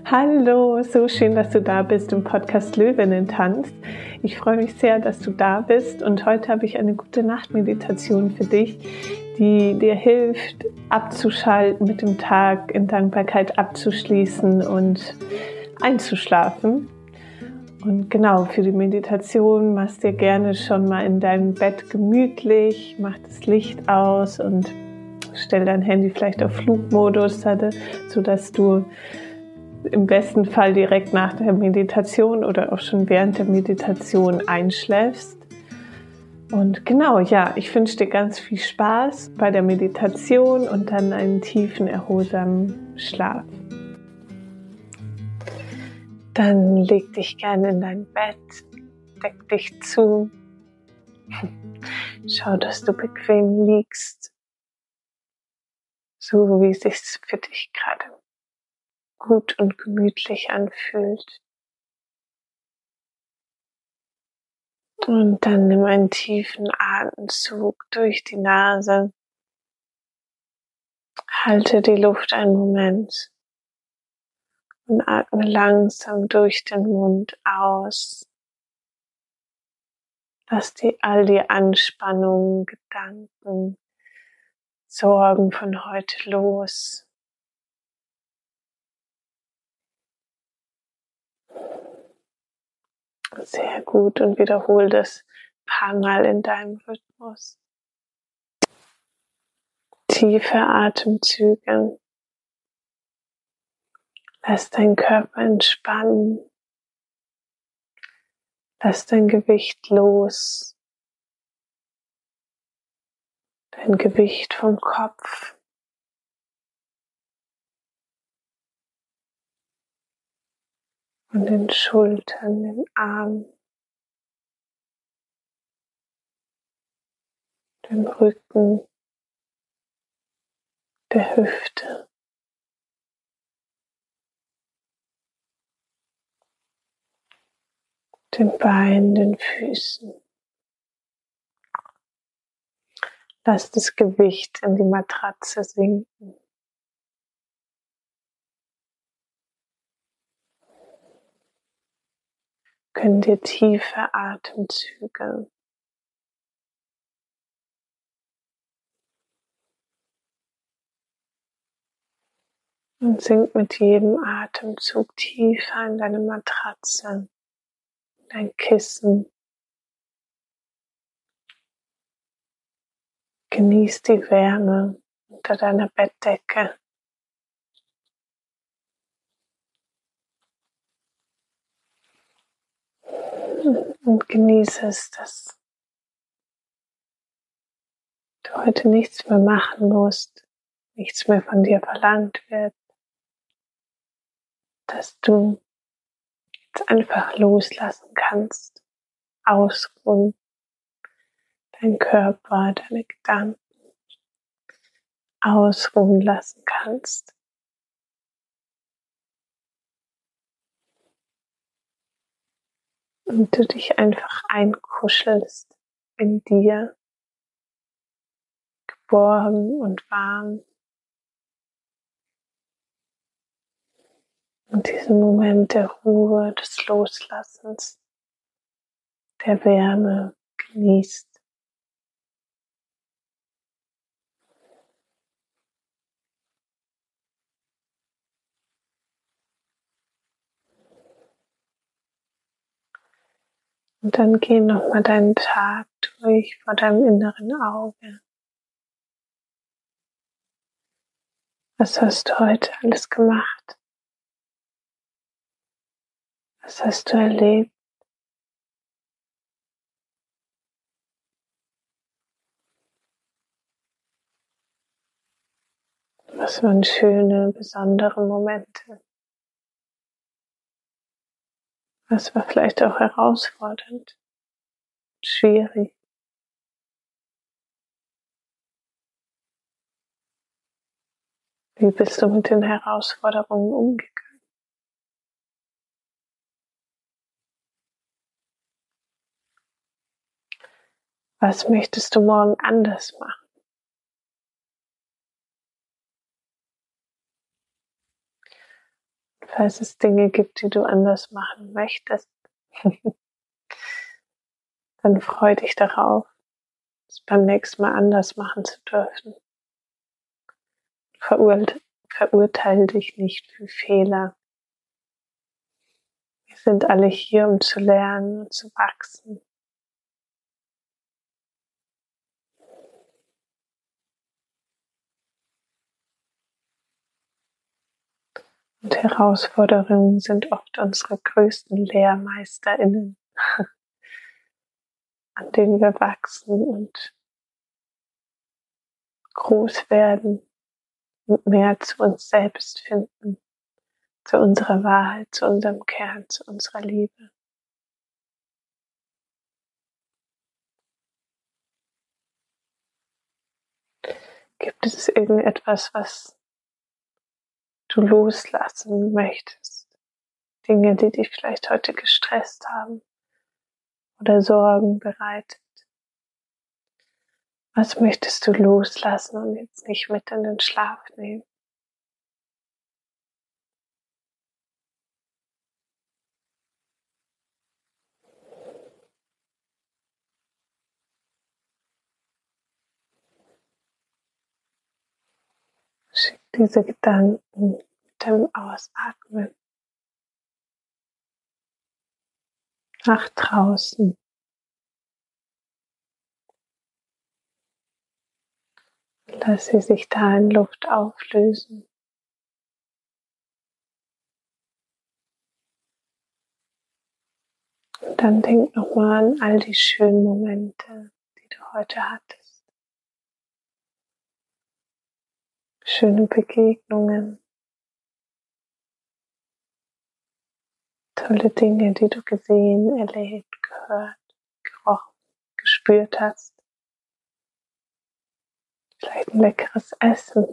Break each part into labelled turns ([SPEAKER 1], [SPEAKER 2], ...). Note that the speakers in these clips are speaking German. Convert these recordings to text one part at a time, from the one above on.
[SPEAKER 1] Hallo, so schön, dass du da bist im Podcast Löwinnen-Tanz. Ich freue mich sehr, dass du da bist und heute habe ich eine gute Nachtmeditation für dich, die dir hilft, abzuschalten, mit dem Tag in Dankbarkeit abzuschließen und einzuschlafen. Und genau, für die Meditation machst dir gerne schon mal in deinem Bett gemütlich, mach das Licht aus und stell dein Handy vielleicht auf Flugmodus, sodass du im besten Fall direkt nach der Meditation oder auch schon während der Meditation einschläfst. Und genau, ja, ich wünsche dir ganz viel Spaß bei der Meditation und dann einen tiefen, erholsamen Schlaf. Dann leg dich gerne in dein Bett, deck dich zu, schau, dass du bequem liegst, so wie es sich für dich gerade gut und gemütlich anfühlt. Und dann nimm einen tiefen Atemzug durch die Nase. Halte die Luft einen Moment und atme langsam durch den Mund aus. Lass all die Anspannungen, Gedanken, Sorgen von heute los. Sehr gut, und wiederhole das ein paar Mal in deinem Rhythmus. Tiefe Atemzüge. Lass deinen Körper entspannen. Lass dein Gewicht los. Dein Gewicht vom Kopf. Und den Schultern, den Armen, dem Rücken, der Hüfte, den Beinen, den Füßen. Lass das Gewicht in die Matratze sinken. Gönn dir tiefe Atemzüge. Und sink mit jedem Atemzug tiefer in deine Matratze, in dein Kissen. Genieß die Wärme unter deiner Bettdecke. Und genieße es, dass du heute nichts mehr machen musst, nichts mehr von dir verlangt wird, dass du jetzt einfach loslassen kannst, ausruhen, deinen Körper, deine Gedanken ausruhen lassen kannst. Und du dich einfach einkuschelst in dir, geborgen und warm. Und diesen Moment der Ruhe, des Loslassens, der Wärme genießt. Und dann geh nochmal deinen Tag durch vor deinem inneren Auge. Was hast du heute alles gemacht? Was hast du erlebt? Was waren schöne, besondere Momente? Was war vielleicht auch herausfordernd, schwierig? Wie bist du mit den Herausforderungen umgegangen? Was möchtest du morgen anders machen? Falls es Dinge gibt, die du anders machen möchtest, dann freu dich darauf, es beim nächsten Mal anders machen zu dürfen. Verurteile dich nicht für Fehler. Wir sind alle hier, um zu lernen und zu wachsen. Und Herausforderungen sind oft unsere größten LehrmeisterInnen, an denen wir wachsen und groß werden und mehr zu uns selbst finden, zu unserer Wahrheit, zu unserem Kern, zu unserer Liebe. Gibt es irgendetwas, was du loslassen möchtest? Dinge, die dich vielleicht heute gestresst haben oder Sorgen bereitet? Was möchtest du loslassen und jetzt nicht mit in den Schlaf nehmen? Schick diese Gedanken mit dem Ausatmen nach draußen. Lass sie sich da in Luft auflösen. Und dann denk nochmal an all die schönen Momente, die du heute hattest. Schöne Begegnungen. Tolle Dinge, die du gesehen, erlebt, gehört, gerochen, gespürt hast. Vielleicht ein leckeres Essen.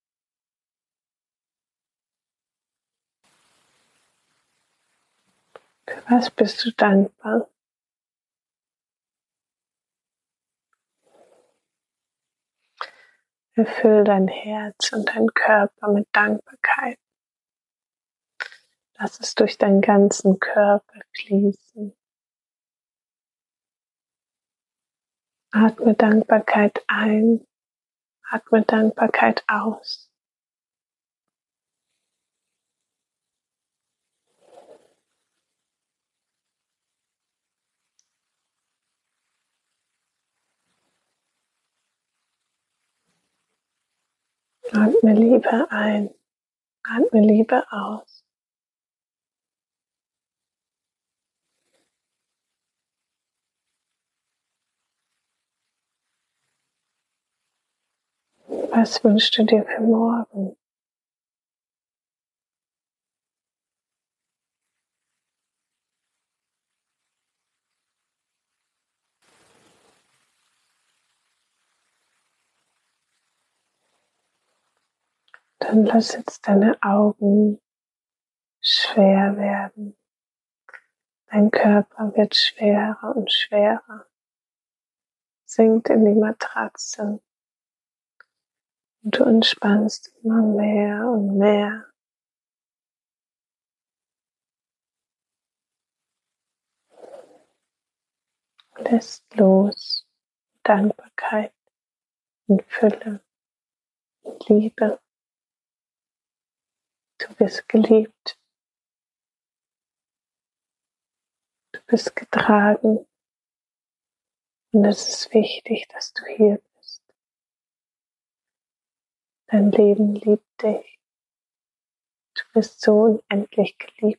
[SPEAKER 1] Für was bist du dankbar? Erfüll dein Herz und dein Körper mit Dankbarkeit. Lass es durch deinen ganzen Körper fließen. Atme Dankbarkeit ein, atme Dankbarkeit aus. Atme Liebe ein, atme Liebe aus. Was wünschst du dir für morgen? Dann lass jetzt deine Augen schwer werden. Dein Körper wird schwerer und schwerer. Sinkt in die Matratze. Und du entspannst immer mehr und mehr. Lässt los. Dankbarkeit und Fülle und Liebe. Du bist geliebt. Du bist getragen. Und es ist wichtig, dass du hier bist. Dein Leben liebt dich. Du bist so unendlich geliebt.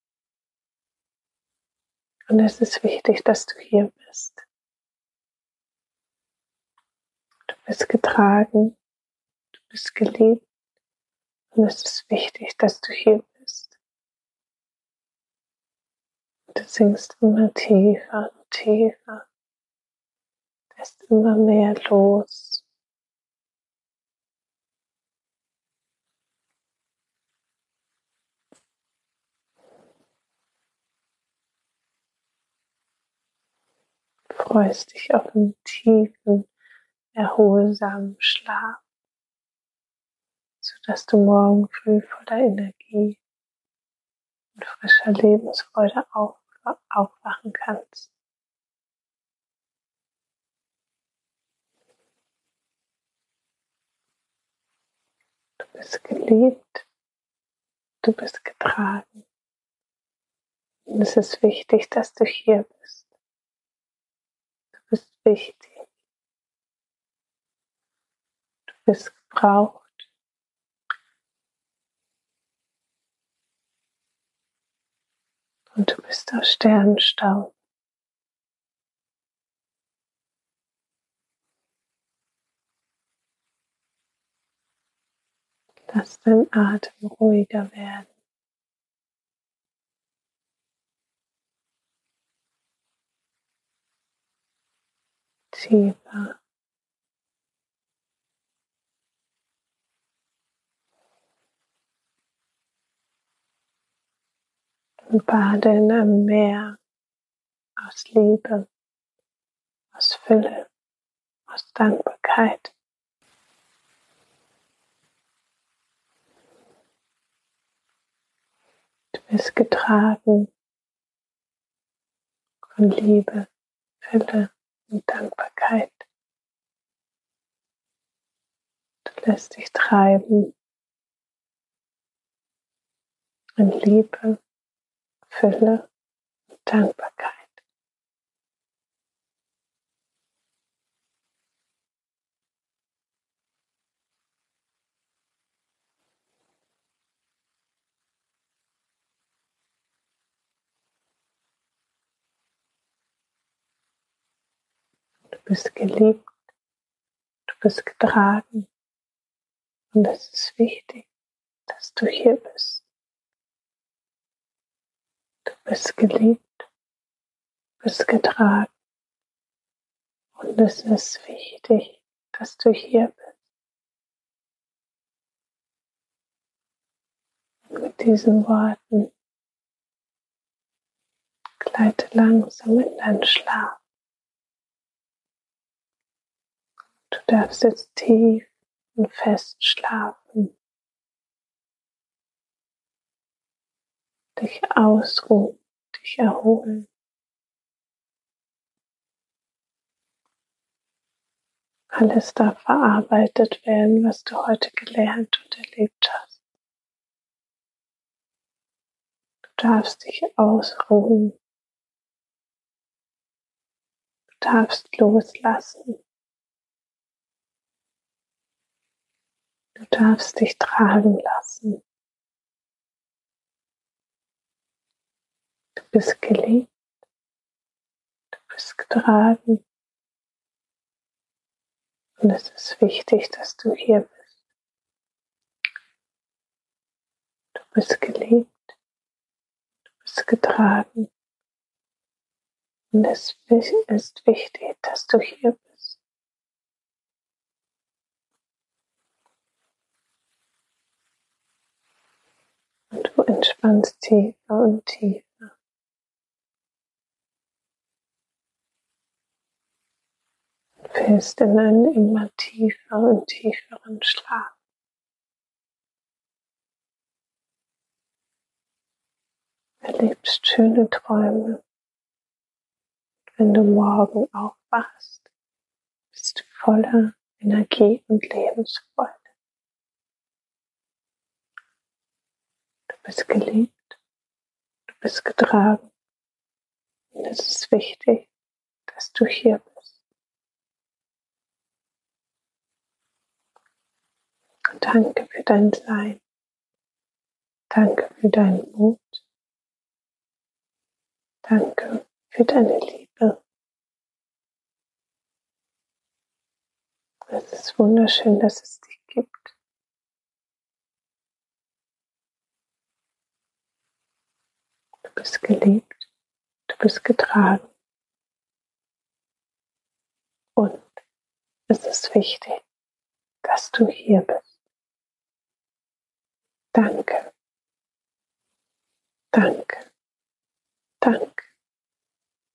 [SPEAKER 1] Und es ist wichtig, dass du hier bist. Du bist getragen. Du bist geliebt. Und es ist wichtig, dass du hier bist. Du sinkst immer tiefer und tiefer. Lässt immer mehr los. Du freust dich auf einen tiefen, erholsamen Schlaf, sodass du morgen früh voller Energie und frischer Lebensfreude aufwachen kannst. Du bist geliebt, du bist getragen. Und es ist wichtig, dass du hier bist. Du bist wichtig. Du bist gebraucht. Und du bist aus Sternenstaub. Lass dein Atem ruhiger werden. Tiefer. Und bade in einem Meer aus Liebe, aus Fülle, aus Dankbarkeit. Du bist getragen von Liebe, Fülle und Dankbarkeit. Du lässt dich treiben in Liebe, Fülle und Dankbarkeit. Du bist geliebt, du bist getragen und es ist wichtig, dass du hier bist. Du bist geliebt, du bist getragen und es ist wichtig, dass du hier bist. Und mit diesen Worten gleite langsam in deinen Schlaf. Du darfst jetzt tief und fest schlafen, dich ausruhen, dich erholen. Alles darf verarbeitet werden, was du heute gelernt und erlebt hast. Du darfst dich ausruhen. Du darfst loslassen. Du darfst dich tragen lassen. Du bist geliebt. Du bist getragen. Und es ist wichtig, dass du hier bist. Du bist geliebt. Du bist getragen. Und es ist wichtig, dass du hier bist. Und du entspannst tiefer und tiefer. Du fällst in einen immer tieferen und tieferen Schlaf. Erlebst schöne Träume. Wenn du morgen aufwachst, bist du voller Energie und Lebensfreude. Du bist geliebt, du bist getragen. Und es ist wichtig, dass du hier bist. Und danke für dein Sein. Danke für deinen Mut. Danke für deine Liebe. Es ist wunderschön, dass es dich gibt. Du bist geliebt, du bist getragen. Und es ist wichtig, dass du hier bist. Danke. Danke. Danke.